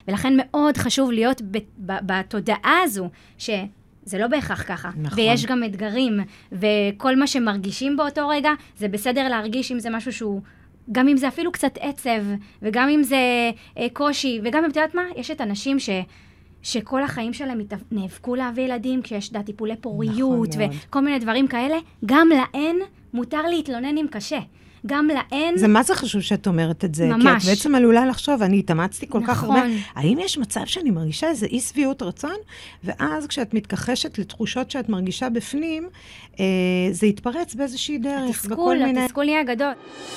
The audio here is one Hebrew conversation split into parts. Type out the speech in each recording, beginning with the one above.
ולכן מאוד חשוב להיות בתודעה הזו, שזה לא בהכרח ככה. נכון. ויש גם אתגרים, וכל מה שמרגישים באותו רגע, זה בסדר להרגיש אם זה משהו שהוא, גם אם זה אפילו קצת עצב, וגם אם זה קושי, וגם אם, אתה יודעת מה, יש את אנשים שכל החיים שלהם נאבקו להביא ילדים, כשיש טיפולי פוריות, נכון וכל מיני דברים כאלה, גם להן מותר להתלונן עם קשה. גם להן... זה מה זה חשוב שאת אומרת את זה? ממש. כי את בעצם עלולה לחשוב, אני התאמצתי כל כך הרבה. נכון. האם יש מצב שאני מרגישה איזה אי שביעות רצון? ואז כשאת מתכחשת לתחושות שאת מרגישה בפנים, זה יתפרץ באיזושהי דרך. התסכול נהיה גדול.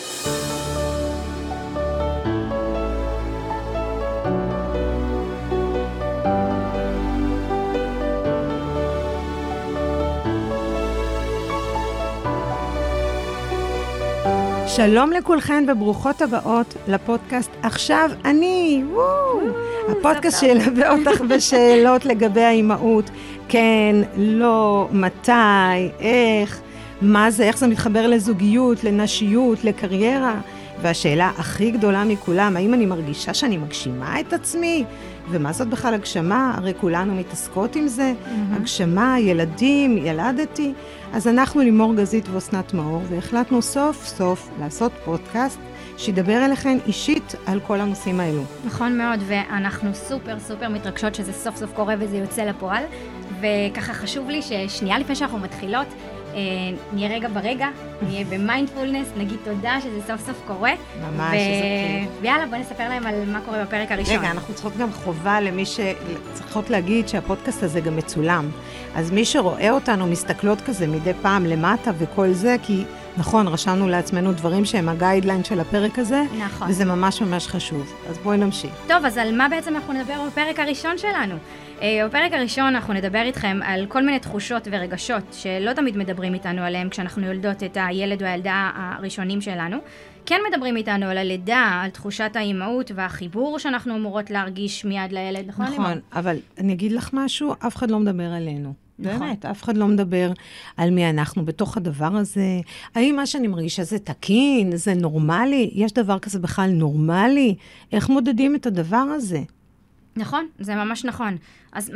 שלום לכולכן וברוכות הבאות לפודקאסט עכשיו אני, הפודקאסט שילווה אותך בשאלות לגבי האימהות, כן, לא, מתי, איך, מה זה, איך זה מתחבר לזוגיות, לנשיות, לקריירה, והשאלה הכי גדולה מכולם, האם אני מרגישה שאני מגשימה את עצמי? ומה זאת בכלל הגשמה? הרי כולנו מתעסקות עם זה, הגשמה, ילדים, ילדתי. אז אנחנו לימור גזית ואסנת מאור, והחלטנו סוף סוף לעשות פודקאסט שידבר אליכן אישית על כל הנושאים האלו. נכון מאוד, ואנחנו סופר סופר מתרגשות שזה סוף סוף קורה וזה יוצא לפועל, וככה חשוב לי ששנייה לפני שאנחנו מתחילות, נהיה רגע ברגע, נהיה במיינדפולנס, נגיד תודה שזה סוף סוף קורה. ממש, איזה כיף. ויאללה, בוא נספר להם על מה קורה בפרק הראשון. רגע, אנחנו צריכות גם חובה למי שצריכות להגיד שהפודקאסט הזה גם מצולם. אז מי שרואה אותנו מסתכלות כזה מדי פעם למטה וכל זה, כי נכון, רשמנו לעצמנו דברים שהם הגיידליין של הפרק הזה, נכון. וזה ממש ממש חשוב. אז בואי נמשיך. טוב, אז על מה בעצם אנחנו נדבר בפרק הראשון שלנו? בפרק הראשון אנחנו נדבר איתכם על כל מיני תחושות ורגשות שלא תמיד מדברים איתנו עליהם כשאנחנו יולדות את הילד או הילדה הראשונים שלנו. כן מדברים איתנו על הלידה, על תחושת האימהות והחיבור שאנחנו אמורות להרגיש מיד לילד, נכון? נכון, אבל אני אגיד לך משהו, אף אחד לא מדבר עלינו. נכון. באמת, אף אחד לא מדבר על מי אנחנו בתוך הדבר הזה. האם מה שאני מרגישה זה תקין, זה נורמלי? יש דבר כזה בכלל נורמלי? איך מודדים את הדבר הזה? נכון, זה ממש נכון. אז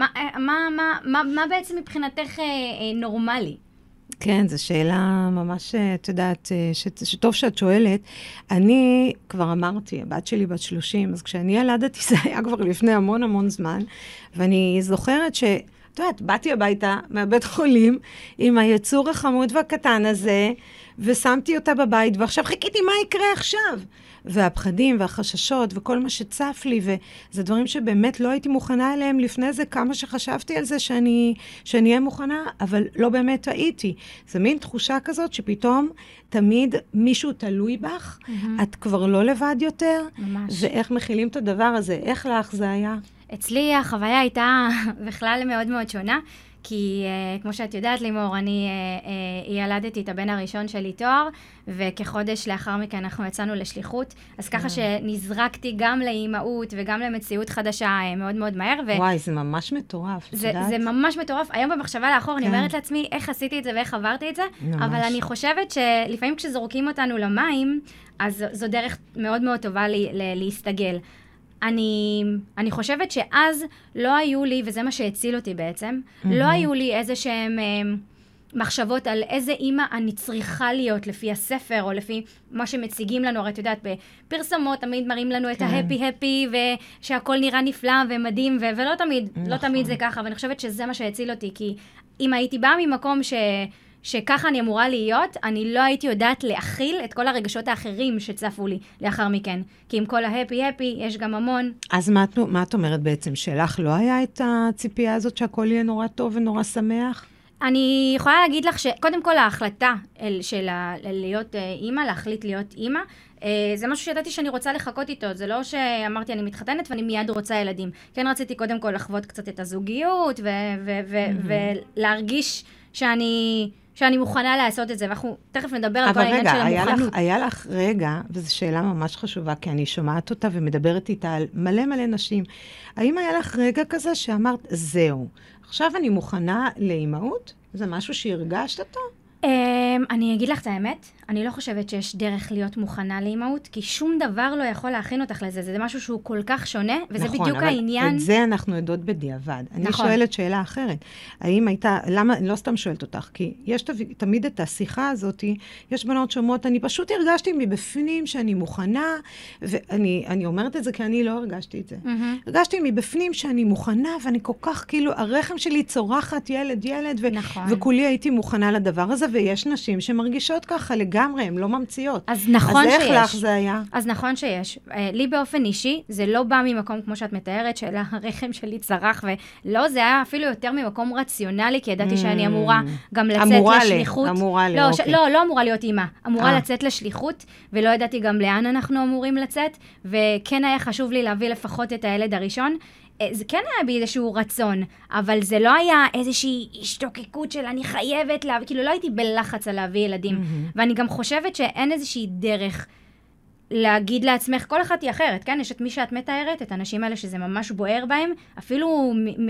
מה בעצם מבחינתך נורמלי? כן, זו שאלה ממש, את יודעת, שטוב שאת שואלת. אני כבר אמרתי, הבת שלי בת 30, אז כשאני ילדתי זה היה כבר לפני המון המון זמן, ואני זוכרת את יודעת, באתי הביתה מהבית חולים עם היצור החמוד והקטן הזה, ושמתי אותה בבית, ועכשיו חיכיתי מה יקרה עכשיו. והפחדים והחששות וכל מה שצף לי, וזה דברים שבאמת לא הייתי מוכנה אליהם לפני זה, כמה שחשבתי על זה שאני אהיה מוכנה, אבל לא באמת הייתי. זה מין תחושה כזאת שפתאום תמיד מישהו תלוי בך, את כבר לא לבד יותר, ממש. ואיך מכילים את הדבר הזה, איך לך זה היה? אצלי החוויה הייתה בכלל מאוד מאוד שונה, כי כמו שאת יודעת לימור, אני ילדתי את הבן הראשון שלי תואר, וכחודש לאחר מכן אנחנו יצאנו לשליחות, אז ככה שנזרקתי גם לאימהות וגם למציאות חדשה מאוד מאוד מהר. וואי, זה ממש מטורף, את יודעת? זה ממש מטורף. היום במחשבה לאחור, אני אומרת לעצמי איך עשיתי את זה ואיך עברתי את זה, אבל אני חושבת שלפעמים כשזורקים אותנו למים, אז זו דרך מאוד מאוד טובה להסתגל. אני חושבת שאז לא היו לי, וזה מה שהציל אותי בעצם, לא היו לי איזה שהם מחשבות על איזה אימא אני צריכה להיות לפי הספר, או לפי מה שמציגים לנו, הרי את יודעת, בפרסומות תמיד מראים לנו את ההפי, ושהכל נראה נפלא ומדהים, ולא תמיד, לא תמיד זה ככה, ואני חושבת שזה מה שהציל אותי, כי אם הייתי באה ממקום שככה אני אמורה להיות, אני לא הייתי יודעת להכיל את כל הרגשות האחרים שצפו לי לאחר מכן. כי עם כל ההפי, יש גם המון. אז מה את אומרת בעצם? שלך לא היה את הציפייה הזאת שהכל יהיה נורא טוב ונורא שמח? אני יכולה להגיד לך שקודם כל ההחלטה של להיות אימא, להחליט להיות אימא, זה משהו שידעתי שאני רוצה לחכות איתו. זה לא שאמרתי אני מתחתנת ואני מיד רוצה ילדים. כן רציתי קודם כל לחוות קצת את הזוגיות ולהרגיש שאני מוכנה לעשות את זה, ואנחנו תכף נדבר על כל העניין של המוכנות. אבל רגע, היה לך רגע, וזו שאלה ממש חשובה, כי אני שומעת אותה ומדברת איתה על מלא מלא נשים. האם היה לך רגע כזה שאמרת, זהו, עכשיו אני מוכנה לאימהות? זה משהו שהרגשת אותו? אני אגיד לך את האמת, אני לא חושבת שיש דרך להיות מוכנה לאימהות, כי שום דבר לא יכול להכין אותך לזה. זה משהו שהוא כל כך שונה, וזה נכון, בדיוק העניין. נכון, אבל את זה אנחנו יודעות בדיעבד. נכון. אני שואלת שאלה אחרת. האם הייתה, למה, אני לא סתם שואלת אותך, כי יש תמיד את השיחה הזאת, יש בנות שאומרות, אני פשוט הרגשתי מבפנים שאני מוכנה, ואני אומרת את זה כי אני לא הרגשתי את זה. הרגשתי מבפנים שאני מוכנה, ואני כל כך, כאילו, הרחם שלי צורחת ילד, נכון. וכולי הייתי מוכנה לדבר הזה, ויש נשים שמרגישות ככה לגמרי, הן לא ממציאות. אז נכון שיש. אז איך לך זה היה? אז נכון שיש. לי באופן אישי, זה לא בא ממקום כמו שאת מתארת, של הרחם שלי צרח, ולא, זה היה אפילו יותר ממקום רציונלי, כי ידעתי שאני אמורה גם לצאת לשליחות. אוקיי. לא אמורה להיות אימא. אמורה לצאת לשליחות, ולא ידעתי גם לאן אנחנו אמורים לצאת, וכן היה חשוב לי להביא לפחות את הילד הראשון. זה כן היה בי איזשהו רצון, אבל זה לא היה איזושהי השתוקקות של אני חייבת להביא, כאילו לא הייתי בלחץ על להביא ילדים. ואני גם חושבת שאין איזושהי דרך להגיד לעצמך, כל אחת היא אחרת, כן? יש את מי שאת מתארת, את האנשים האלה שזה ממש בוער בהם, אפילו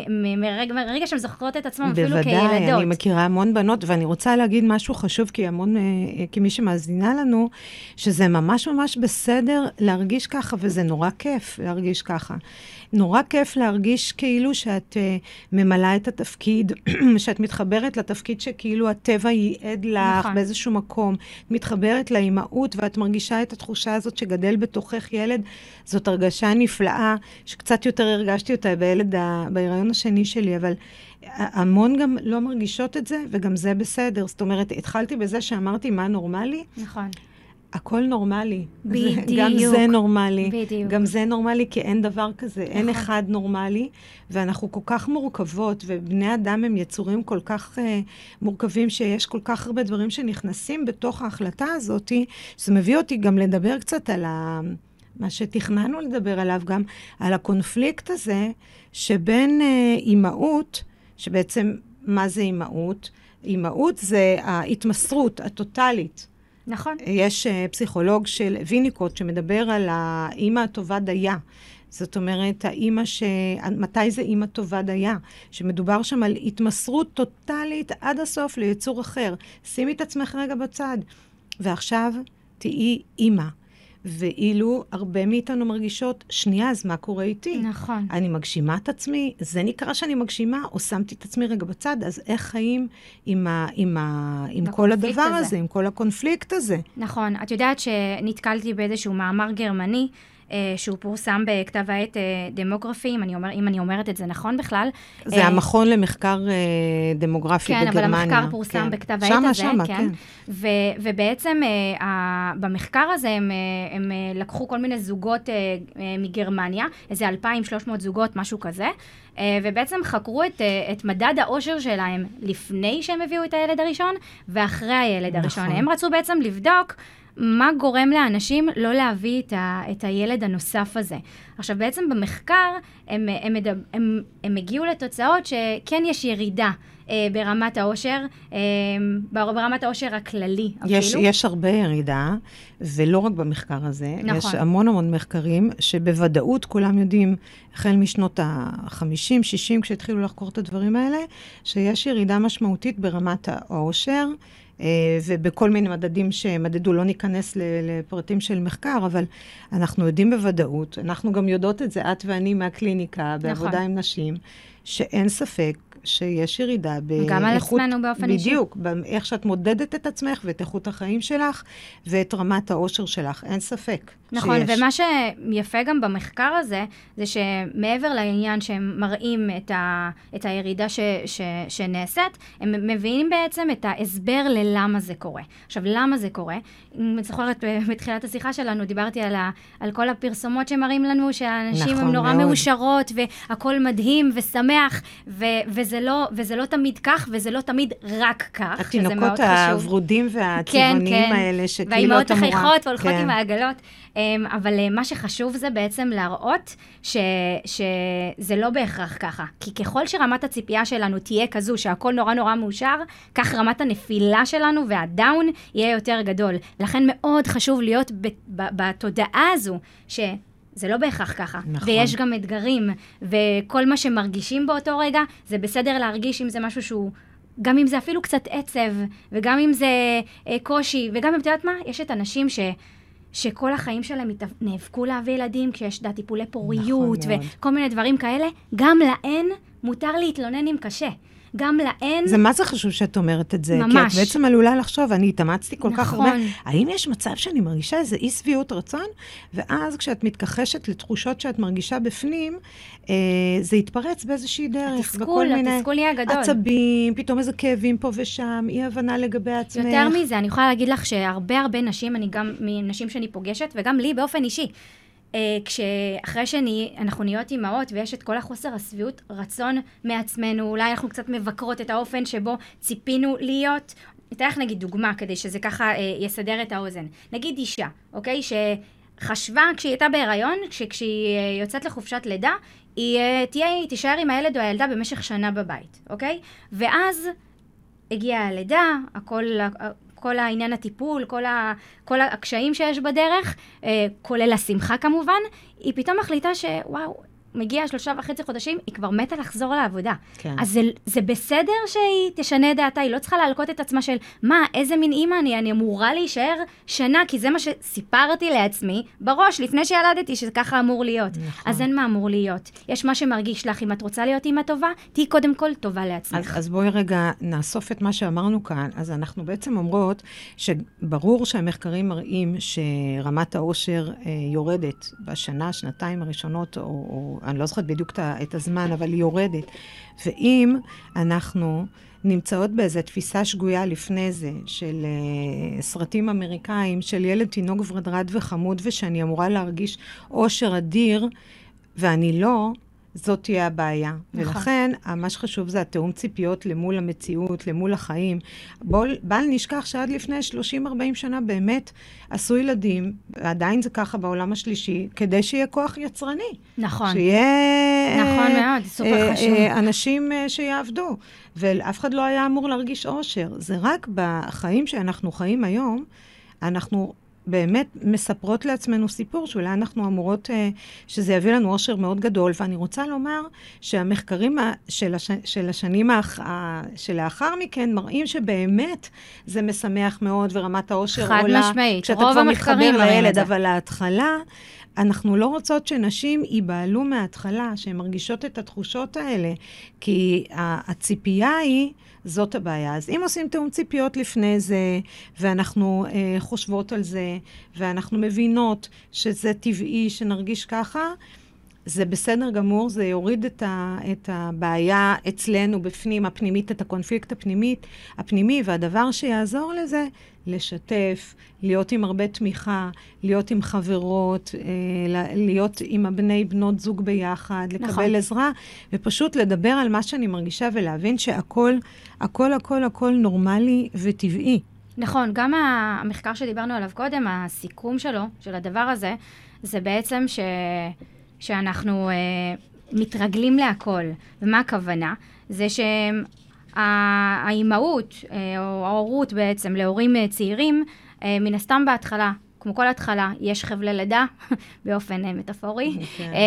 מרגע שהן זוכרות את עצמם, אפילו כילדות. בוודאי, אני מכירה המון בנות, ואני רוצה להגיד משהו חשוב, כמי שמאזינה לנו, שזה ממש ממש בסדר להרגיש ככה, וזה נורא כיף להרגיש ככה. נורא כיף להרגיש כאילו שאת ממלאה את התפקיד, שאת מתחברת לתפקיד שכאילו הטבע ייעד לך נכון. באיזשהו מקום. את מתחברת לאימהות, ואת מרגישה את התחושה הזאת שגדל בתוכך ילד. זאת הרגשה נפלאה, שקצת יותר הרגשתי אותה בהיריון השני שלי, אבל המון גם לא מרגישות את זה, וגם זה בסדר. זאת אומרת, התחלתי בזה שאמרתי מה נורמלי. נכון. הכל נורמלי. בדיוק. גם זה נורמלי. בדיוק. גם זה נורמלי, כי אין דבר כזה. נכון. אין אחד נורמלי, ואנחנו כל כך מורכבות, ובני אדם הם יצורים כל כך מורכבים, שיש כל כך הרבה דברים שנכנסים בתוך ההחלטה הזאת, שזה מביא אותי גם לדבר קצת על מה שתכננו לדבר עליו, גם על הקונפליקט הזה, שבין אימהות, שבעצם מה זה אימהות? אימהות זה ההתמסרות הטוטלית. נכון. יש פסיכולוג של ויניקוט שמדבר על האמא הטובה דייה. זאת אומרת, מתי זה אמא טובה דייה? שמדובר שם על התמסרות טוטלית עד הסוף ליצור אחר. שימי את עצמך רגע בצד. ועכשיו תהיי אמא. ואילו הרבה מאיתנו מרגישות, שנייה, אז מה קורה איתי? נכון. אני מגשימה את עצמי, זה נקרא שאני מגשימה, או שמתי את עצמי רגע בצד, אז איך חיים עם כל הדבר הזה, עם כל הקונפליקט הזה? נכון. את יודעת שנתקלתי באיזשהו מאמר גרמני, שהוא פורסם בכתב העת דמוגרפי, אם אני אומרת את זה נכון בכלל. זה המכון למחקר דמוגרפי בגרמניה. כן, אבל המחקר פורסם בכתב העת הזה. שמה, כן. ובעצם במחקר הזה הם לקחו כל מיני זוגות מגרמניה, איזה 2,300 זוגות, משהו כזה, ובעצם חקרו את מדד האושר שלהם לפני שהם הביאו את הילד הראשון, ואחרי הילד הראשון. הם רצו בעצם לבדוק מה גורם לאנשים לא להביא את הילד הנוסף הזה. עכשיו, בעצם במחקר, הם הגיעו לתוצאות שכן יש ירידה ברמת האושר, ברמת האושר הכללי אפילו. יש הרבה ירידה, ולא רק במחקר הזה. נכון. יש המון המון מחקרים שבוודאות כולם יודעים, החל משנות ה-50, 60, כשהתחילו לחקור את הדברים האלה, שיש ירידה משמעותית ברמת האושר, ובכל מיני מדדים שמדדו, לא ניכנס לפרטים של מחקר, אבל אנחנו יודעים בוודאות, אנחנו גם יודעות את זה, את ואני מהקליניקה, בעבודה עם נשים, שאין ספק שיש ירידה באיכות... גם על עצמנו באופן אישי. בדיוק, באיך שאת מודדת את עצמך ואת איכות החיים שלך, ואת רמת האושר שלך, אין ספק. נכון, שיש. ומה שיפה גם במחקר הזה, זה שמעבר לעניין שהם מראים את הירידה שנעשית, הם מביאים בעצם את ההסבר ללמה זה קורה. עכשיו, למה זה קורה? אם את זוכרת, בתחילת השיחה שלנו, דיברתי על כל הפרסומות שמראים לנו, שהאנשים נכון, הם נורא מאוד. מאושרות, והכל מדהים ושמח, וזה לא תמיד כך, וזה לא תמיד רק כך, שזה מאוד חשוב. התינוקות הוורודים והצבעונים האלה, שכאילו את אמורה... והאימהות החייכות והולכות עם העגלות. אבל מה שחשוב זה בעצם להראות שזה לא בהכרח ככה. כי ככל שרמת הציפייה שלנו תהיה כזו, שהכל נורא נורא מאושר, כך רמת הנפילה שלנו והדאון יהיה יותר גדול. לכן מאוד חשוב להיות בתודעה הזו, זה לא בהכרח ככה. נכון. ויש גם אתגרים, וכל מה שמרגישים באותו רגע, זה בסדר להרגיש אם זה משהו שהוא גם אם זה אפילו קצת עצב, וגם אם זה קושי, וגם אם, את יודעת מה, יש את אנשים שכל החיים שלהם נאבקו להביא ילדים, כשיש טיפולי פוריות, וכל מיני דברים כאלה, גם להן מותר להתלונן אם קשה. גם להן... זה מה זה חשוב שאת אומרת את זה? ממש. כי את בעצם עלולה לחשוב, אני התאמצתי כל כך הרבה. נכון. האם יש מצב שאני מרגישה איזה אי שביעות רצון? ואז כשאת מתכחשת לתחושות שאת מרגישה בפנים, זה יתפרץ באיזושהי דרך. התסכול יהיה גדול. עצבים, פתאום איזה כאבים פה ושם, אי הבנה לגבי עצמך. יותר מזה, אני יכולה להגיד לך שהרבה נשים, אני גם מנשים שאני פוגשת, וגם לי באופן אישי, אחרי אנחנו נהיות אימהות ויש את כל החוסר השביעות רצון מעצמנו, אולי אנחנו קצת מבקרות את האופן שבו ציפינו להיות. ניתן לך נגיד דוגמה כדי שזה ככה יסדר את האוזן. נגיד אישה, אוקיי? שחשבה כשהיא הייתה בהיריון, כשהיא יוצאת לחופשת לידה, היא תישאר עם הילד או הילדה במשך שנה בבית, אוקיי? ואז הגיעה הלידה, כל העניין הטיפול, כל הקשיים שיש בדרך, כולל השמחה כמובן, היא פתאום מחליטה שוואו, מגיע 3.5 חודשים, היא כבר מתה לחזור לעבודה. כן. אז זה בסדר שהיא תשנה דעתה, היא לא צריכה להלקות את עצמה של, איזה מין אימא אני אמורה להישאר שנה, כי זה מה שסיפרתי לעצמי בראש, לפני שילדתי, שככה אמור להיות. נכון. אז אין מה אמור להיות. יש מה שמרגיש לך, אם את רוצה להיות אימא טובה, תהי קודם כל טובה לעצמך. אז בואי רגע נאסוף את מה שאמרנו כאן. אז אנחנו בעצם אומרות שברור שהמחקרים מראים שרמת האושר יורדת בשנה, שנתיים הראשונות, או אני לא זוכרת בדיוק את הזמן, אבל היא יורדת. ואם אנחנו נמצאות באיזו תפיסה שגויה לפני זה, של סרטים אמריקאים, של ילד תינוק ורדרד וחמוד, ושאני אמורה להרגיש אושר אדיר, ואני לא, זאת תהיה הבעיה. נכון. ולכן, מה שחשוב זה התאום ציפיות למול המציאות, למול החיים. בל נשכח שעד לפני 30-40 שנה באמת עשו ילדים, ועדיין זה ככה בעולם השלישי, כדי שיהיה כוח יצרני. נכון. שיהיה... נכון מאוד, סופר חשוב. אנשים שיעבדו. ואף אחד לא היה אמור להרגיש אושר. זה רק בחיים שאנחנו חיים היום, אנחנו... באמת מספרות לעצמנו סיפור שאולי אנחנו אמורות שזה יביא לנו אושר מאוד גדול, ואני רוצה לומר שהמחקרים של השנים שלאחר מכן מראים שבאמת זה משמח מאוד, ורמת האושר עולה. חד משמעית, כשאתה רוב כבר המחקרים מתחבר מראים את לילד, זה. אבל להתחלה, אנחנו לא רוצות שנשים ייבהלו מההתחלה, שהן מרגישות את התחושות האלה, כי הציפייה היא, זאת הבעיה. אז אם עושים תאום ציפיות לפני זה, ואנחנו חושבות על זה, ואנחנו מבינות שזה טבעי שנרגיש ככה, זה בסדר גמור, זה יוריד את הבעיה אצלנו בפנים, הפנימית, את הקונפליקט הפנימי, והדבר שיעזור לזה, לשתף, להיות עם הרבה תמיכה, להיות עם חברות, להיות עם הבני בנות זוג ביחד, לקבל נכון. עזרה, ופשוט לדבר על מה שאני מרגישה ולהבין שהכל, הכל נורמלי וטבעי. נכון, גם המחקר שדיברנו עליו קודם, הסיכום שלו, של הדבר הזה, זה בעצם שאנחנו מתרגלים להכל. ומה הכוונה? זה שהאימהות, או ההורות בעצם, להורים צעירים, מן הסתם בהתחלה, כמו כל התחלה, יש חבלי לידה, באופן מטאפורי,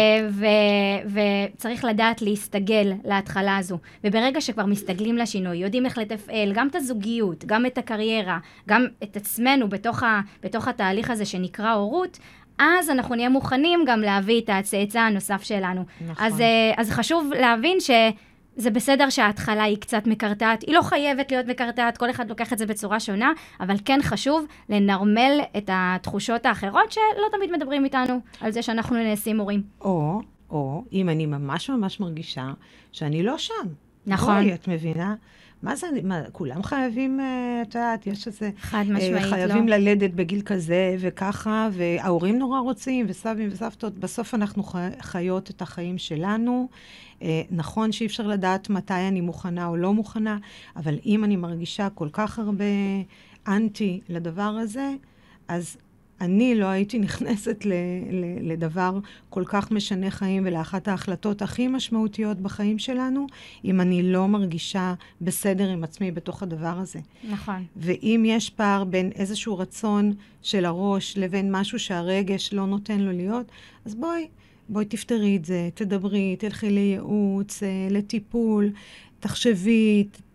וצריך לדעת להסתגל להתחלה הזו. וברגע שכבר מסתגלים לשינוי, יודעים איך לתפעל, גם את הזוגיות, גם את הקריירה, גם את עצמנו בתוך התהליך הזה שנקרא הורות, אז אנחנו נהיה מוכנים גם להביא את הצאצא הנוסף שלנו. נכון. אז חשוב להבין שזה בסדר שההתחלה היא קצת מקרטעת, היא לא חייבת להיות מקרטעת, כל אחד לוקח את זה בצורה שונה, אבל כן חשוב לנרמל את התחושות האחרות שלא תמיד מדברים איתנו על זה שאנחנו נעשים הורים. או אם אני ממש מרגישה שאני לא שם. נכון. בואי, את מבינה? מה זה, כולם חייבים, את יודעת, יש איזה... חד משמעית, חייבים ללדת בגיל כזה וככה, וההורים נורא רוצים, וסבים וסבתות, בסוף אנחנו חיות את החיים שלנו. נכון שאי אפשר לדעת מתי אני מוכנה או לא מוכנה, אבל אם אני מרגישה כל כך הרבה אנטי לדבר הזה, אז אני לא הייתי נכנסת לדבר כל כך משנה חיים ולאחת ההחלטות הכי משמעותיות בחיים שלנו, אם אני לא מרגישה בסדר עם עצמי בתוך הדבר הזה. נכון. ואם יש פער בין איזשהו רצון של הראש לבין משהו שהרגש לא נותן לו להיות, אז בואי תפתרי את זה, תדברי, תלכי לייעוץ, לטיפול, תחשבי,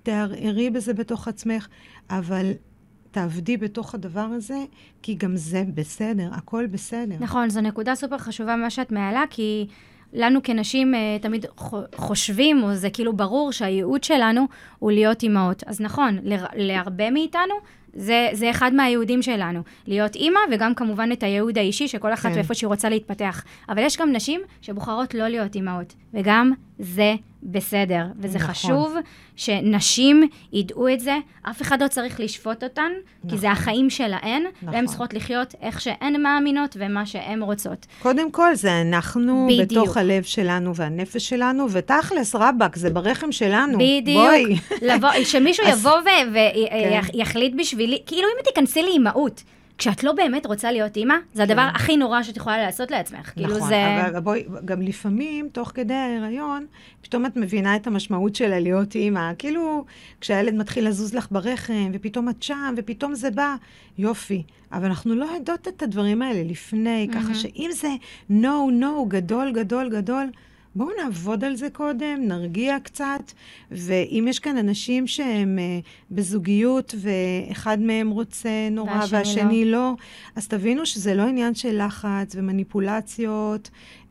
תערערי בזה בתוך עצמך, אבל תעבדי בתוך הדבר הזה, כי גם זה בסדר, הכל בסדר. נכון, זו נקודה סופר חשובה מה שאת מעלה, כי לנו כנשים תמיד חושבים, או זה כאילו ברור שהייעוד שלנו הוא להיות אימהות. אז נכון, להרבה מאיתנו, זה אחד מהייעודים שלנו, להיות אימא, וגם כמובן את הייעוד האישי, שכל אחת ואיפה שהיא רוצה להתפתח. אבל יש גם נשים שבוחרות לא להיות אימהות, וגם זה בסדר. וזה חשוב שנשים ידעו את זה, אף אחד לא צריך לשפוט אותן, כי זה החיים שלהן, והן צריכות לחיות איך שהן מאמינות, ומה שהן רוצות. קודם כל, זה אנחנו בתוך הלב שלנו, והנפש שלנו, ותכלס רבק, זה ברחם שלנו. בדיוק. שמישהו יבוא ויחליט בשבילי, כאילו אם תיכנסי לאימהות, כשאת לא באמת רוצה להיות אימא, זה הדבר הכי נורא שאת יכולה לעשות לעצמך. נכון, אבל בואי, גם לפעמים, תוך כדי ההיריון, פתאום את מבינה את המשמעות שלה להיות אימא. כאילו, כשהילד מתחיל לזוז לך ברחם, ופתאום את שם, ופתאום זה בא, יופי. אבל אנחנו לא יודעות את הדברים האלה לפני, ככה שאם זה no, גדול, גדול, גדול, בואו נעבוד על זה קודם, נרגיע קצת, ואם יש כאן אנשים שהם בזוגיות, ואחד מהם רוצה נורא והשני לא, אז תבינו שזה לא עניין של לחץ ומניפולציות,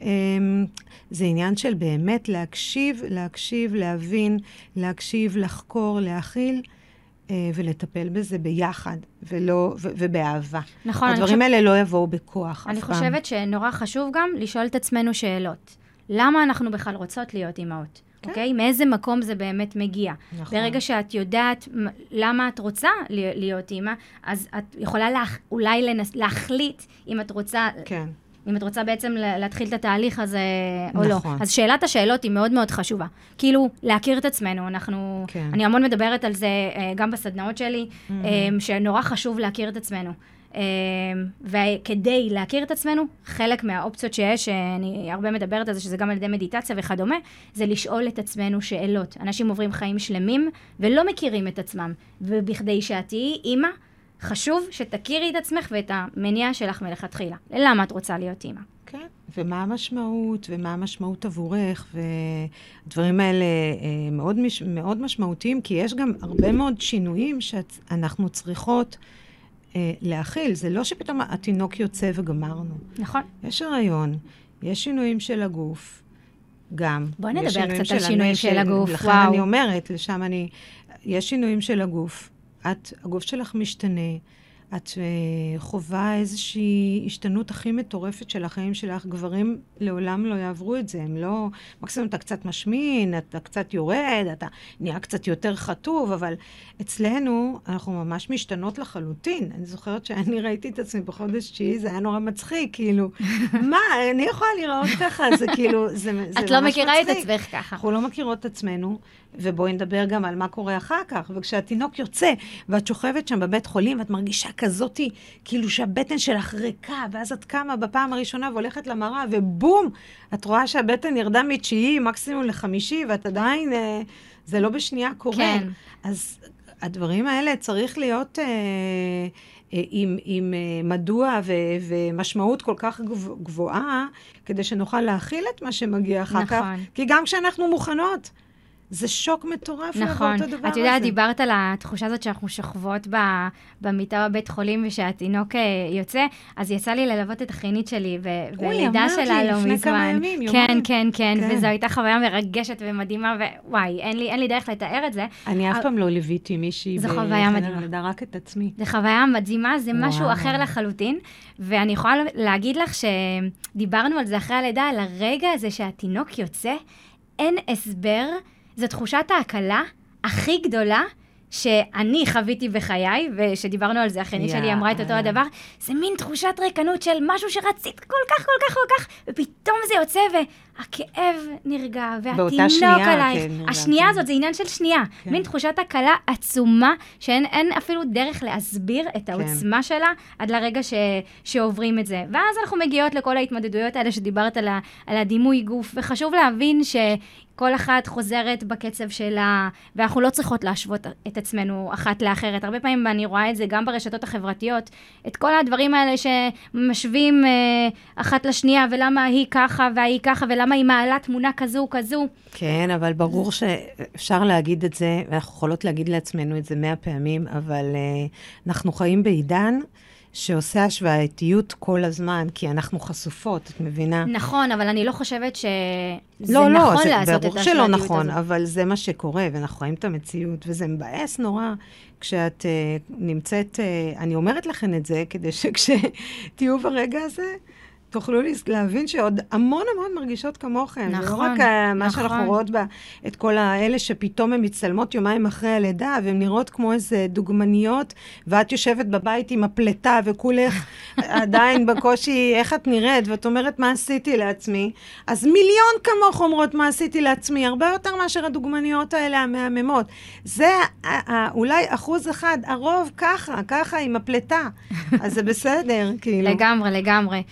זה עניין של באמת להקשיב, להבין, להקשיב, לחקור, להכיל, ולטפל בזה ביחד, ובאהבה. נכון. הדברים האלה לא יבואו בכוח. אני חושבת שנורא חשוב גם לשאול את עצמנו שאלות. למה אנחנו בכלל רוצות להיות אימהות? אוקיי? מאיזה מקום זה באמת מגיע? נכון. ברגע שאת יודעת למה את רוצה להיות אימא, אז את יכולה אולי להחליט אם את רוצה... כן. אם את רוצה בעצם להתחיל את התהליך הזה או לא. אז שאלת השאלות היא מאוד מאוד חשובה. כאילו, להכיר את עצמנו. אני המון מדברת על זה גם בסדנאות שלי, שנורא חשוב להכיר את עצמנו. וכדי להכיר את עצמנו, חלק מהאופציות שיש, אני הרבה מדברת על זה, שזה גם על ידי מדיטציה וכדומה, זה לשאול את עצמנו שאלות. אנשים עוברים חיים שלמים ולא מכירים את עצמם. ובכדי שאת תהיי אימא, חשוב שתכירי את עצמך ואת המניע שלך מלכתחילה. למה את רוצה להיות אימא? כן, ומה המשמעות, ומה המשמעות עבורך, והדברים האלה מאוד, מאוד משמעותיים, כי יש גם הרבה מאוד שינויים שאנחנו צריכות להכיל. זה לא שפתאום התינוק יוצא וגמרנו. נכון. יש הריון, יש שינויים של הגוף, גם. בואי נדבר קצת על שינויים של הגוף, לכן וואו. אני אומרת, לשם יש שינויים של הגוף. הגוף שלך משתנה, את חובה איזושהי השתנות הכי מטורפת של החיים שלך. גברים לעולם לא יעברו את זה, הם לא, מקסימום אתה קצת משמין, אתה קצת יורד, אתה נהיה קצת יותר חטוב, אבל אצלנו אנחנו ממש משתנות לחלוטין. אני זוכרת שאני ראיתי את עצמי בחודש 9, זה היה נורא מצחיק, כאילו, מה, אני יכולה לראות ככה, זה כאילו, זה ממש מצחיק. את לא מכירה את עצמך ככה. אנחנו לא מכירות את עצמנו, ובואי נדבר גם על מה קורה אחר כך, וכשהתינוק יוצא, ואת שוכבת שם בבית חולים, ואת מרגישה כזאת, כאילו שהבטן שלך ריקה, ואז את קמה בפעם הראשונה והולכת למראה, ובום, את רואה שהבטן ירדה מ9 מקסימום ל5, ואת עדיין, זה לא בשנייה קורה. כן. אז הדברים האלה צריך להיות עם מדוע ומשמעות כל כך גבוהה, כדי שנוכל להכיל את מה שמגיע אחר כך. כי גם כשאנחנו מוכנות, זה שוק מטורף לעבור את הדבר הזה. את יודעת, דיברת על התחושה הזאת שאנחנו שוכבות במיטה בבית חולים ושהתינוק יוצא, אז יצא לי ללוות את החיינית שלי, ולידה שלה לא מזמן. לפני כמה ימים, כן, וזו הייתה חוויה מרגשת ומדהימה, ווואי, אין לי דרך לתאר את זה. אני אף פעם לא ליוויתי מישהי בחדר לידה, רק את עצמי. זו חוויה מדהימה, זה משהו אחר לחלוטין, ואני יכולה להגיד לך שדיברנו על זה אחרי הלידה, על הרגע הזה שהתינוק יוצא, אין הסבר, זו תחושת ההקלה הכי גדולה שאני חוויתי בחיי, ושדיברנו על זה, החיינית שלי אמרה את אותו הדבר, זה מין תחושת ריקנות של משהו שרצית כל כך, ופתאום זה יוצא, והכאב נרגע, והתינוק עלייך. השנייה הזאת, זה עניין של שנייה. מין תחושת הקלה עצומה, שאין אפילו דרך להסביר את העוצמה שלה, עד לרגע שעוברים את זה. ואז אנחנו מגיעות לכל ההתמודדויות האלה, שדיברת על הדימוי גוף, וחשוב להבין כל אחת חוזרת בקצב שלה, ואנחנו לא צריכות להשוות את עצמנו אחת לאחרת. הרבה פעמים אני רואה את זה גם ברשתות החברתיות, את כל הדברים האלה שמשווים אחת לשנייה, ולמה היא ככה והיא ככה, ולמה היא מעלה תמונה כזו. כן, אבל ברור שאפשר להגיד את זה, ואנחנו יכולות להגיד לעצמנו את זה 100 פעמים, אבל אנחנו חיים בעידן, שעושה השוואתיות כל הזמן, כי אנחנו חשופות, את מבינה? נכון, אבל אני לא חושבת שזה נכון לעשות את השוואתיות הזאת. ברור שלא נכון, אבל זה מה שקורה, ואנחנו חיים את המציאות, וזה מבאס נורא כשאת נמצאת, אני אומרת לכם את זה, כדי שכשתהיו ברגע הזה, תוכלו להבין שעוד המון מרגישות כמוכם. נכון, זה לא רק מה שאנחנו רואות בה, את כל האלה שפתאום הן מצלמות יומיים אחרי הלידה, והן נראות כמו איזה דוגמניות, ואת יושבת בבית עם הפלטה, וכולך עדיין בקושי, איך את נראית, ואת אומרת, מה עשיתי לעצמי? אז מיליון כמוך אומרות, מה עשיתי לעצמי? הרבה יותר מאשר הדוגמניות האלה המהממות. זה אולי 1%, הרוב ככה עם הפלטה. אז זה בסדר, כאילו. לגמרי.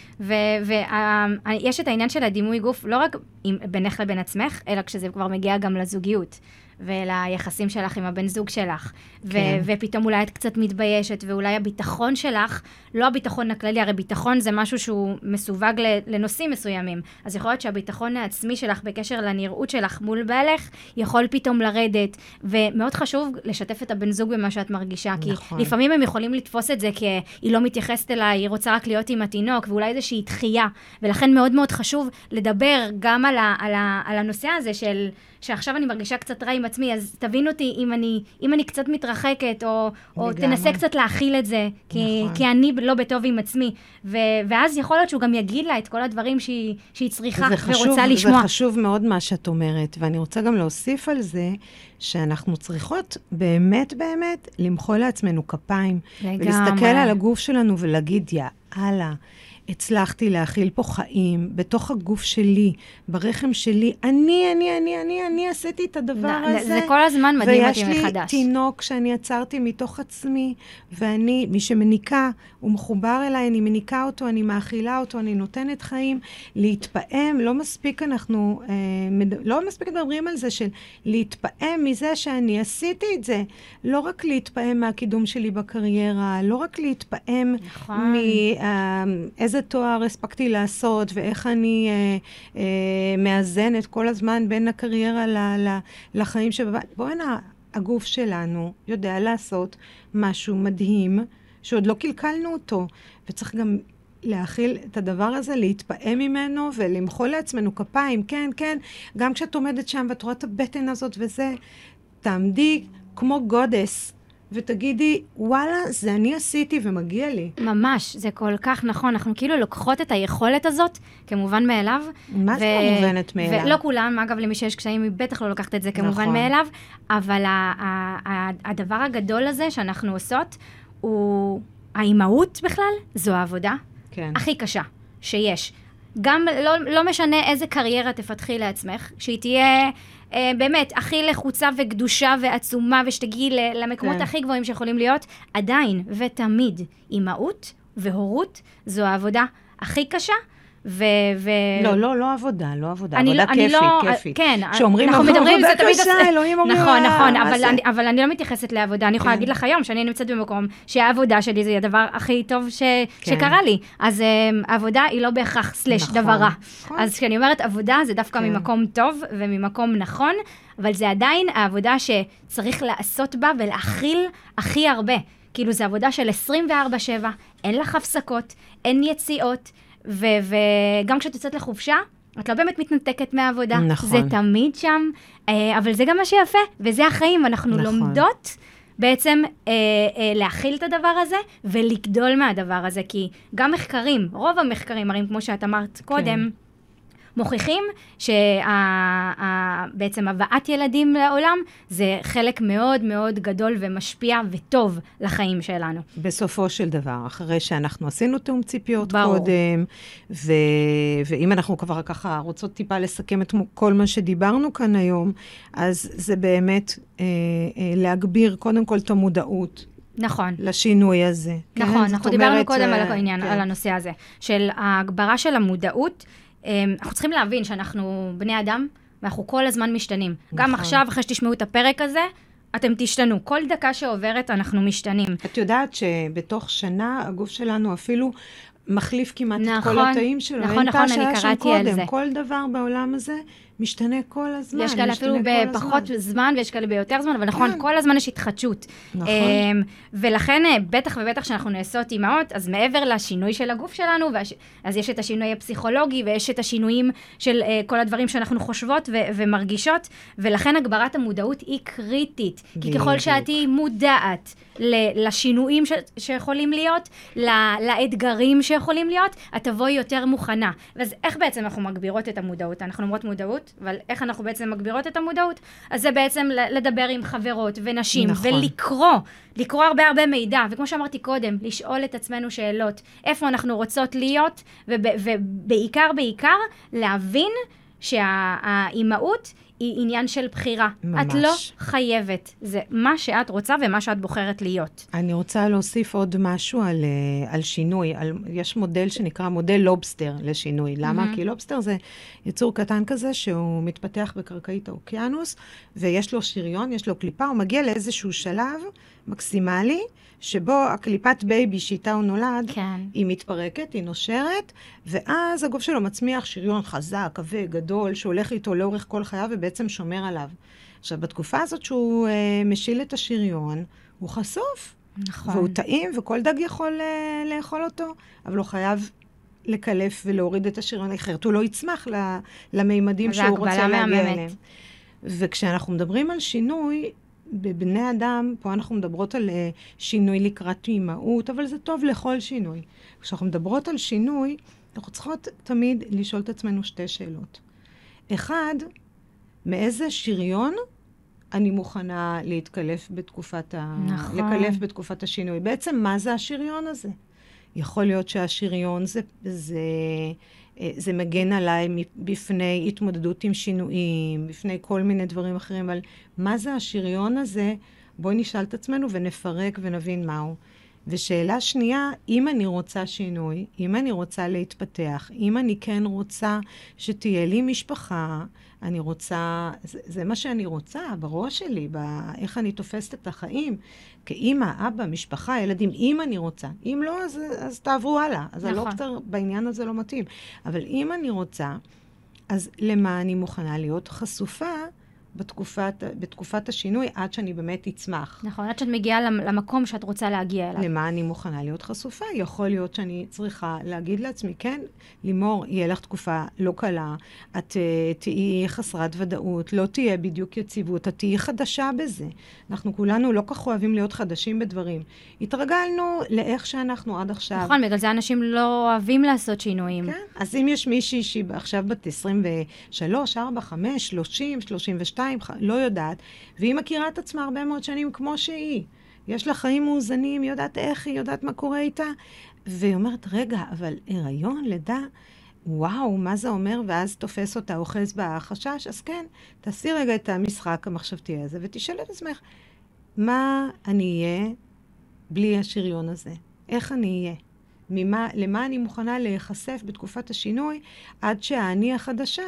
ויש את העניין של הדימוי גוף, לא רק בינך לבין עצמך, אלא כשזה כבר מגיע גם לזוגיות, וליחסים שלך עם הבן זוג שלך, כן. ופתאום אולי את קצת מתביישת, ואולי הביטחון שלך, לא הביטחון הכללי, הרי ביטחון זה משהו שהוא מסווג לנושאים מסוימים, אז יכול להיות שהביטחון העצמי שלך בקשר לנראות שלך מול בעלך, יכול פתאום לרדת, ומאוד חשוב לשתף את הבן זוג במה שאת מרגישה, נכון. כי לפעמים הם יכולים לתפוס את זה, כי היא לא מתייחסת אליי, היא רוצה רק להיות עם התינוק, ואולי איזושהי דחייה, ולכן מאוד מאוד חשוב לדבר גם על הנושא הזה של שעכשיו אני מרגישה קצת רע עם עצמי, אז תבין אותי אם אני קצת מתרחקת, או תנסה קצת להכיל את זה, כי אני לא בטוב עם עצמי. ואז יכול להיות שהוא גם יגיד לה את כל הדברים שהיא צריכה ורוצה לשמוע. זה חשוב מאוד מה שאת אומרת, ואני רוצה גם להוסיף על זה, שאנחנו צריכות באמת למחוא לעצמנו כפיים, ולהסתכל על הגוף שלנו ולהגיד, יאללה, הצלחתי להכיל פה חיים, בתוך הגוף שלי, ברחם שלי, אני עשיתי את הדבר הזה. זה כל הזמן מדהים אותי מחדש. ויש לי תינוק שאני עצרתי מתוך עצמי, ואני, מי שמניקה, הוא מחובר אליי, אני מניקה אותו, אני מאכילה אותו, אני נותנת חיים, להתפעם, לא מספיק מדברים על זה של להתפעם מזה שאני עשיתי את זה, לא רק להתפעם מהקידום שלי בקריירה, לא רק להתפעם מאיזה תואר הספקתי לעשות, ואיך אני מאזנת כל הזמן בין הקריירה לחיים שבבית. בואנה, הגוף שלנו יודע לעשות משהו מדהים, שעוד לא קלקלנו אותו, וצריך גם להכיל את הדבר הזה, להתפעם ממנו, ולמחוא לעצמנו כפיים, כן, גם כשאת עומדת שם, ואת רואה את הבטן הזאת וזה, תעמדי כמו גודס, ותגידי, וואלה, זה אני עשיתי ומגיע לי. ממש, זה כל כך נכון. אנחנו כאילו לוקחות את היכולת הזאת כמובן מאליו. מה זה מובנת מאליו? ולא כולם, אגב, למי שיש קשיים, היא בטח לא לוקחת את זה כמובן מאליו, אבל הדבר הגדול הזה שאנחנו עושות, הוא האימהות בכלל, זו העבודה הכי קשה שיש. גם לא משנה איזה קריירה תפתחי לעצמך, שהיא תהיה באמת הכי לחוצה וקדושה ועצומה, ושתגיעי למקומות הכי גבוהים שיכולים להיות, עדיין ותמיד אימהות והורות זו העבודה הכי קשה, לא עבודה, עבודה כיפית. כן, שאומרים עבודה קשה, אלוהים אומרים נכון, אבל אני לא מתייחסת לעבודה, אני יכולה להגיד לך היום שאני נמצאת במקום שהעבודה שלי זה הדבר הכי טוב שקרה לי, אז העבודה היא לא בהכרח סלש דבר רע, אז כשאני אומרת עבודה זה דווקא ממקום טוב וממקום נכון, אבל זה עדיין העבודה שצריך לעשות בה ולהכיל הכי הרבה, כאילו זה עבודה של 24/7, אין לך הפסקות, אין יציאות, וגם כשאת יוצאת לחופשה, את לא באמת מתנתקת מהעבודה. נכון. זה תמיד שם, אבל זה גם מה שיפה, וזה החיים. אנחנו לומדות בעצם להכיל את הדבר הזה, ולגדול מהדבר הזה, כי גם מחקרים, רוב המחקרים, מראים כמו שאת אמרת קודם, מוכיחים שבעצם הבאת ילדים לעולם זה חלק מאוד מאוד גדול ומשפיע וטוב לחיים שלנו. בסופו של דבר, אחרי שאנחנו עשינו תאום ציפיות קודם, ואם אנחנו כבר ככה רוצות טיפה לסכם את כל מה שדיברנו כאן היום, אז זה באמת להגביר קודם כל את המודעות. נכון. לשינוי הזה. נכון, אנחנו דיברנו קודם על העניין, על הנושא הזה, של ההגברה של המודעות. אנחנו צריכים להבין שאנחנו בני אדם, ואנחנו כל הזמן משתנים. גם עכשיו, אחרי שתשמעו את הפרק הזה, אתם תשתנו. כל דקה שעוברת, אנחנו משתנים. את יודעת שבתוך שנה, הגוף שלנו אפילו מחליף כמעט את כל התאים שלו. נכון, אני קראתי על זה. כל דבר בעולם הזה משתנה כל הזמן. יש כאלה אפילו בפחות זמן, ויש כאלה ביותר זמן, אבל נכון, כל הזמן יש התחדשות. נכון. ולכן, בטח ובטח שאנחנו נעשות אימהות, אז מעבר לשינוי של הגוף שלנו, אז יש את השינוי הפסיכולוגי, ויש את השינויים של כל הדברים שאנחנו חושבות ומרגישות, ולכן הגברת המודעות היא קריטית. כי ככל שאת היא מודעת לשינויים שיכולים להיות, לאתגרים שיכולים להיות, את תבואי יותר מוכנה. ואז איך בעצם אנחנו מגבירות את המודעות? אנחנו אומרות מודעות, אבל איך אנחנו בעצם מגבירות את המודעות? אז זה בעצם לדבר עם חברות ונשים, נכון. לקרוא הרבה מידע, וכמו שאמרתי קודם, לשאול את עצמנו שאלות, איפה אנחנו רוצות להיות, ובעיקר להבין שהאימהות היא עניין של בחירה. ממש. את לא חייבת. זה מה שאת רוצה ומה שאת בוחרת להיות. אני רוצה להוסיף עוד משהו על שינוי. יש מודל שנקרא מודל לובסטר לשינוי. למה? כי לובסטר זה יצור קטן כזה שהוא מתפתח בקרקעית האוקיינוס, ויש לו שריון, יש לו קליפה, הוא מגיע לאיזשהו שלב מקסימלי, שבו הקליפת בייבי שאיתה הוא נולד, כן. היא מתפרקת, היא נושרת, ואז הגוף שלו מצמיח שריון חזק, כבד, גדול, שהולך איתו לאורך כל חייו ובעצם שומר עליו. עכשיו, בתקופה הזאת שהוא משיל את השריון, הוא חשוף. נכון. והוא טעים, וכל דג יכול לאכול אותו, אבל הוא חייב לקלף ולהוריד את השריון, אחרת הוא לא יצמח למימדים שהוא רוצה להגיע אליהם. וכשאנחנו מדברים על שינוי, בבני אדם, פה אנחנו מדברות על שינוי לקראת אימהות, אבל זה טוב לכל שינוי. כשאנחנו מדברות על שינוי, אנחנו צריכות תמיד לשאול את עצמנו שתי שאלות. אחד, מאיזה שריון אני מוכנה להתקלף לקלף בתקופת השינוי? בעצם, מה זה השריון הזה? יכול להיות שהשריון זה מגן עליי בפני התמודדות עם שינויים, בפני כל מיני דברים אחרים, אבל מה זה השריון הזה? בואי נשאל את עצמנו ונפרק ונבין מהו. ושאלה שנייה, אם אני רוצה שינוי, אם אני רוצה להתפתח, אם אני כן רוצה שתהיה לי משפחה, אני רוצה, זה מה שאני רוצה בראש שלי, איך אני תופסת את החיים, כאמא, אבא, משפחה, ילדים, אם אני רוצה. אם לא, אז תעברו הלאה. אז נכון. הלוקטר בעניין הזה לא מתאים. אבל אם אני רוצה, אז למה אני מוכנה להיות חשופה בתקופת השינוי, עד שאני באמת אצמח. נכון, עד שאת מגיעה למקום שאת רוצה להגיע אליו. למה אני מוכנה להיות חשופה? יכול להיות שאני צריכה להגיד לעצמי, כן, לימור, יהיה לך תקופה לא קלה, את תהיי חסרת ודאות, לא תהיה בדיוק יציבות, את תהיי חדשה בזה. אנחנו כולנו לא כך אוהבים להיות חדשים בדברים. התרגלנו לאיך שאנחנו עד עכשיו. נכון, בגלל זה אנשים לא אוהבים לעשות שינויים. כן, אז אם יש מישהי שהיא עכשיו בת 23, 4, 5, 30, 32, לא יודעת, והיא מכירה את עצמה הרבה מאוד שנים כמו שהיא. יש לה חיים מאוזנים, היא יודעת איך היא, יודעת מה קורה איתה, והיא אומרת, רגע, אבל הריון, לידה, וואו, מה זה אומר? ואז תופס אותה, אוחז בה החשש, אז כן, תעשי רגע את המשחק המחשבתי הזה, ותשאל את עצמך, מה אני אהיה בלי השריון הזה? איך אני אהיה? למה אני מוכנה להיחשף בתקופת השינוי, עד שהאני החדשה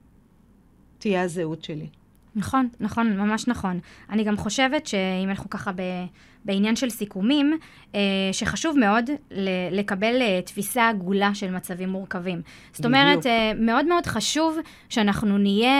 תהיה הזהות שלי. נכון, נכון, ממש נכון. אני גם חושבת שאם אנחנו ככה בעניין של סיכומים, שחשוב מאוד לקבל תפיסה עגולה של מצבים מורכבים. זאת אומרת, מאוד מאוד חשוב שאנחנו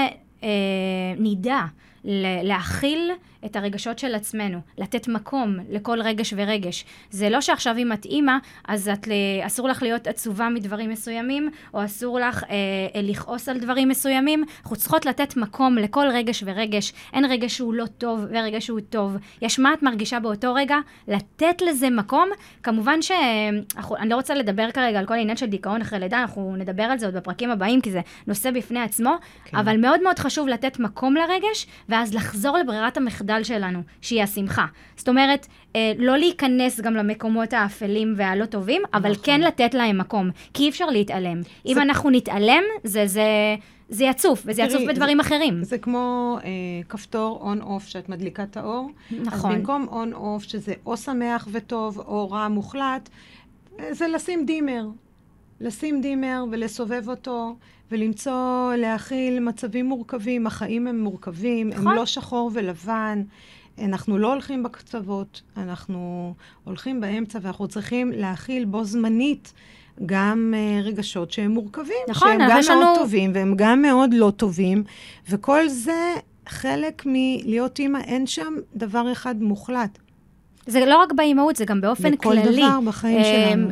נדע להכיל את הרגשות של עצמנו, לתת מקום לכל רגש ורגש. זה לא שעכשיו אם את אימא, אז אסור לך להיות עצובה מדברים מסוימים, או אסור לך לכעוס על דברים מסוימים. אנחנו צריכות לתת מקום לכל רגש ורגש. אין רגש שהוא לא טוב ורגש שהוא טוב. יש מה את מרגישה באותו רגע, לתת לזה מקום. כמובן אני לא רוצה לדבר כרגע על כל העניין של דיכאון אחרי לידה, אנחנו נדבר על זה עוד בפרקים הבאים, כי זה נושא בפני עצמו, כן. אבל מאוד מאוד חשוב לתת מקום לרגש, ואז לחזור לברירת המחדל שלנו, שהיא השמחה. זאת אומרת, לא להיכנס גם למקומות האפלים והלא טובים, אבל נכון. כן לתת להם מקום, כי אי אפשר להתעלם. אם אנחנו נתעלם, זה יצוף, וזה יצוף בדברים אחרים. זה כמו כפתור און-אוף שאת מדליקה את האור. נכון. אז במקום און-אוף, שזה או שמח וטוב, או רע מוחלט, זה לשים דימר. לשים דימר ולסובב אותו, ולמצוא, להכיל מצבים מורכבים. החיים הם מורכבים, הם לא שחור ולבן. אנחנו לא הולכים בקצוות, אנחנו הולכים באמצע, ואנחנו צריכים להכיל בו זמנית גם רגשות שהם מורכבים, שהם גם מאוד טובים, והם גם מאוד לא טובים, וכל זה חלק מלהיות אימא, אין שם דבר אחד מוחלט. זה לא רק באימהות, זה גם באופן כללי. בכל דבר בחיים שלנו.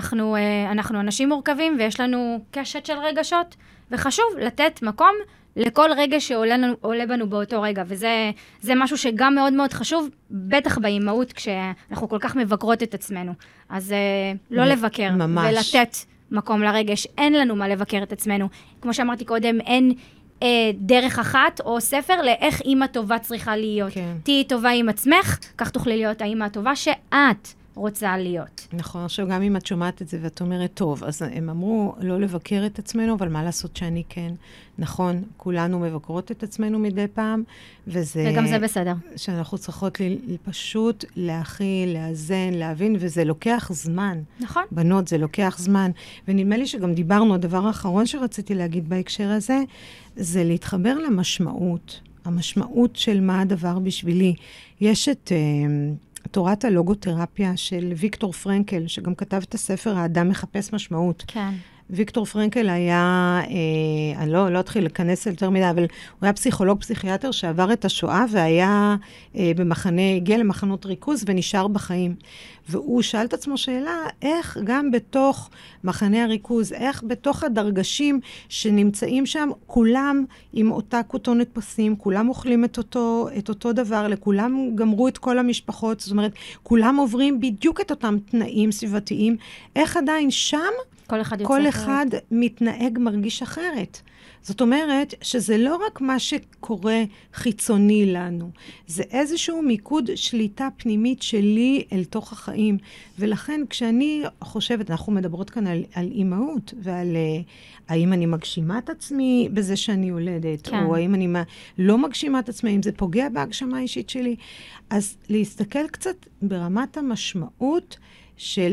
אנחנו אנשים מורכבים, ויש לנו קשת של רגשות, וחשוב לתת מקום לכל רגע שעולה בנו באותו רגע, וזה משהו שגם מאוד מאוד חשוב, בטח באימהות, כשאנחנו כל כך מבקרות את עצמנו. אז לא לבקר, ממש. ולתת מקום לרגש. אין לנו מה לבקר את עצמנו. כמו שאמרתי קודם, אין דרך אחת או ספר לאיך אימא טובה צריכה להיות. כן. תהיי טובה עם עצמך, כך תוכלי להיות האימא הטובה שאת רוצה להיות. נכון, עכשיו גם אם את שומעת את זה ואת אומרת, טוב, אז הם אמרו לא לבקר את עצמנו, אבל מה לעשות שאני כן? נכון, כולנו מבקרות את עצמנו מדי פעם, וגם זה בסדר. שאנחנו צריכות פשוט להכיל, לאזן, להבין, וזה לוקח זמן. נכון. בנות, זה לוקח זמן. ונדמה לי שגם דיברנו, הדבר האחרון שרציתי להגיד בהקשר הזה, זה להתחבר למשמעות. המשמעות של מה הדבר בשבילי. יש את תורת הלוגותרפיה של ויקטור פרנקל, שגם כתב את הספר האדם מחפש משמעות. כן. ויקטור פרנקל היה, אני לא אתחיל לכנס יותר מדי, אבל הוא היה פסיכולוג פסיכיאטר שעבר את השואה, והיה הגיע למחנות ריכוז ונשאר בחיים. והוא שאל את עצמו שאלה, איך גם בתוך מחנה הריכוז, איך בתוך הדרגשים שנמצאים שם, כולם עם אותה כותונת פסים, כולם אוכלים את אותו דבר, לכולם גמרו את כל המשפחות, זאת אומרת, כולם עוברים בדיוק את אותם תנאים סביבתיים, איך עדיין שם, כל אחד מתנהג מרגיש אחרת. זאת אומרת שזה לא רק מה שקורה חיצוני לנו, זה איזשהו מיקוד שליטה פנימית שלי אל תוך החיים. ולכן כשאני חושבת, אנחנו מדברות כאן על אימהות, ועל האם אני מגשימה את עצמי בזה שאני יולדת, כן. או האם אני לא מגשימה את עצמי, אם זה פוגע בהגשמה האישית שלי. אז להסתכל קצת ברמת המשמעות של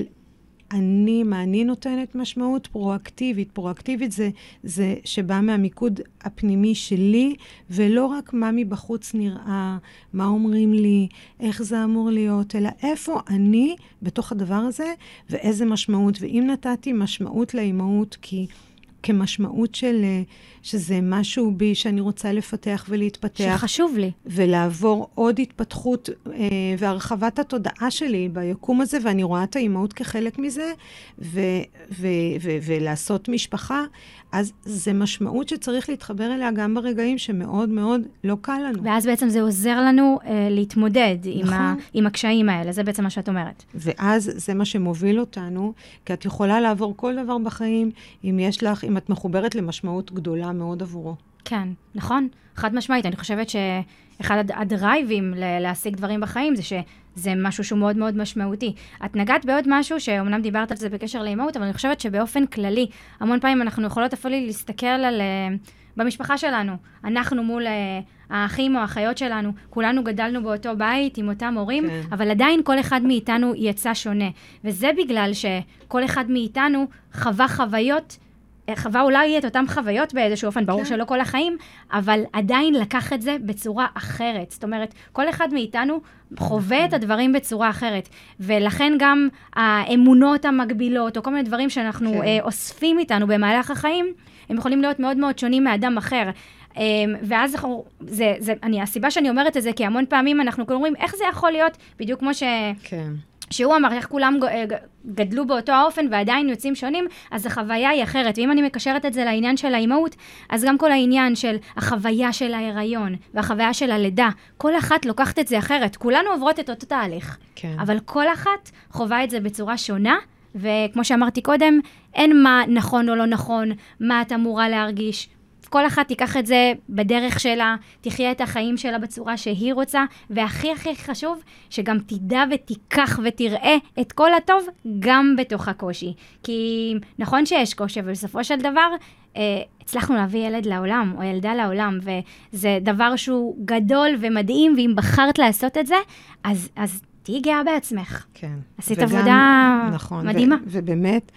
מה אני נותנת משמעות פרואקטיבית. פרואקטיבית זה שבא מהמיקוד הפנימי שלי, ולא רק מה מבחוץ נראה, מה אומרים לי, איך זה אמור להיות, אלא איפה אני בתוך הדבר הזה, ואיזה משמעות. ואם נתתי משמעות לאימהות, כמשמעות שזה משהו בי שאני רוצה לפתח ולהתפתח. שחשוב לי. ולעבור עוד התפתחות והרחבת התודעה שלי ביקום הזה, ואני רואה את האימהות כחלק מזה, ולעשות משפחה, אז זה משמעות שצריך להתחבר אליה גם ברגעים שמאוד מאוד לא קל לנו. ואז בעצם זה עוזר לנו להתמודד עם הקשיים האלה, זה בעצם מה שאת אומרת. ואז זה מה שמוביל אותנו, כי את יכולה לעבור כל דבר בחיים, אם את מחוברת למשמעות גדולה מאוד עבורו. כן, נכון. חד משמעית. אני חושבת שאחד הדרייבים להשיג דברים בחיים זה שזה משהו שהוא מאוד מאוד משמעותי. את נגעת בעוד משהו שאומנם דיברת על זה בקשר לאימהות, אבל אני חושבת שבאופן כללי, המון פעמים אנחנו יכולות אפילו להסתכל במשפחה שלנו. אנחנו מול האחים או האחיות שלנו, כולנו גדלנו באותו בית עם אותם הורים, כן. אבל עדיין כל אחד מאיתנו יצא שונה. וזה בגלל שכל אחד מאיתנו חווה אולי את אותם חוויות באיזשהו אופן, ברור שלא כל החיים, אבל עדיין לקח את זה בצורה אחרת. זאת אומרת, כל אחד מאיתנו חווה את הדברים בצורה אחרת, ולכן גם האמונות המקבילות, או כל מיני דברים שאנחנו אוספים איתנו במהלך החיים, הם יכולים להיות מאוד מאוד שונים מאדם אחר. ואז הסיבה שאני אומרת את זה, כי המון פעמים אנחנו אומרים, איך זה יכול להיות? בדיוק כמו שהוא אמר, איך כולם גדלו באותו האופן ועדיין יוצאים שונים, אז החוויה היא אחרת. ואם אני מקשרת את זה לעניין של האימהות, אז גם כל העניין של החוויה של ההיריון והחוויה של הלידה, כל אחת לוקחת את זה אחרת. כולנו עוברות את אותו תהליך. כן. אבל כל אחת חווה את זה בצורה שונה, וכמו שאמרתי קודם, אין מה נכון או לא נכון, מה את אמורה להרגיש. כל אחת תיקח את זה בדרך שלה, תחיה את החיים שלה בצורה שהיא רוצה, והכי הכי חשוב, שגם תדע ותיקח ותראה את כל הטוב גם בתוך הקושי. כי נכון שיש קושי, אבל בסופו של דבר, הצלחנו להביא ילד לעולם, או ילדה לעולם, וזה דבר שהוא גדול ומדהים, ואם בחרת לעשות את זה, אז תהי גאה בעצמך. כן. עשית עבודה נכון, מדהימה. ובאמת,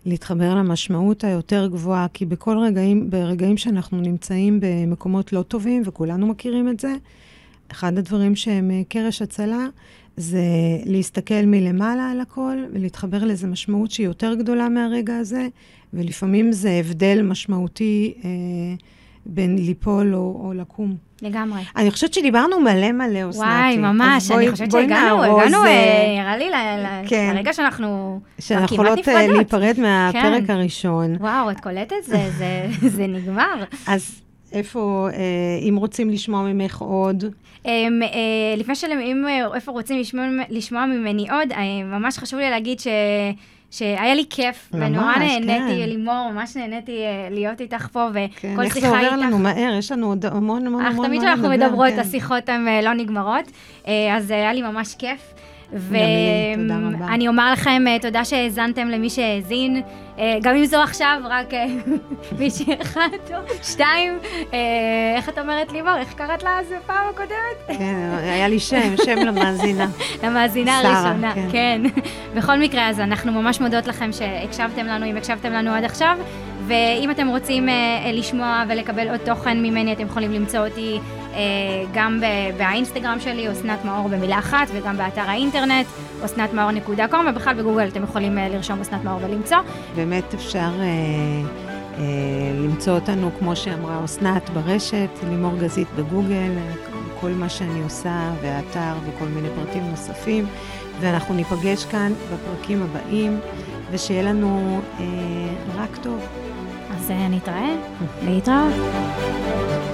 להתחבר למשמעות היותר גבוהה, כי ברגעים שאנחנו נמצאים במקומות לא טובים, וכולנו מכירים את זה, אחד הדברים שהם קרש הצלה, זה להסתכל מלמעלה על הכל, ולהתחבר לאיזו משמעות שהיא יותר גדולה מהרגע הזה, ולפעמים זה הבדל משמעותי בין ליפול או לקום. לגמרי. אני חושבת שדיברנו מלא, אסנת. וואי, ממש, אני חושבת שהגענו, נראה לי לרגע שאנחנו יכולות להיפרד מהפרק הראשון. וואו, את קולטת? זה נגמר. אז איפה, אם רוצים לשמוע ממך עוד? לפני איפה רוצים לשמוע ממני עוד, ממש חשוב לי להגיד שהיה לי כיף, ונורא נהניתי, לימור, ממש נהניתי להיות איתך פה, וכל שיחה איתך. איך זה עובר לנו מהר, יש לנו עוד המון. תמיד שאנחנו מדברות, השיחות הן לא נגמרות, אז היה לי ממש כיף. ואני אומר לכם תודה שהאזנתם למי שהאזין, גם אם זו עכשיו רק מישהי אחת או שתיים, איך את אומרת לימור? איך קראת לה אז בפעם הקודמת? כן, היה לי שם למאזינה. למאזינה הראשונה, כן. בכל מקרה, אז אנחנו ממש מודות לכם שהקשבתם לנו, אם הקשבתם לנו עד עכשיו, ואם אתם רוצים לשמוע ולקבל עוד תוכן ממני, אתם יכולים למצוא אותי גם באינסטגרם שלי, אסנת מאור במילה אחת, וגם באתר האינטרנט, asnatmaor.com, ובכלל בגוגל אתם יכולים לרשום אסנת מאור ולמצוא. באמת אפשר למצוא אותנו, כמו שאמרה אסנת, ברשת, לימור גזית בגוגל, כל מה שאני עושה, והאתר וכל מיני פרטים נוספים, ואנחנו ניפגש כאן בפרקים הבאים, ושיהיה לנו רק טוב. אז נתראה, להתראות.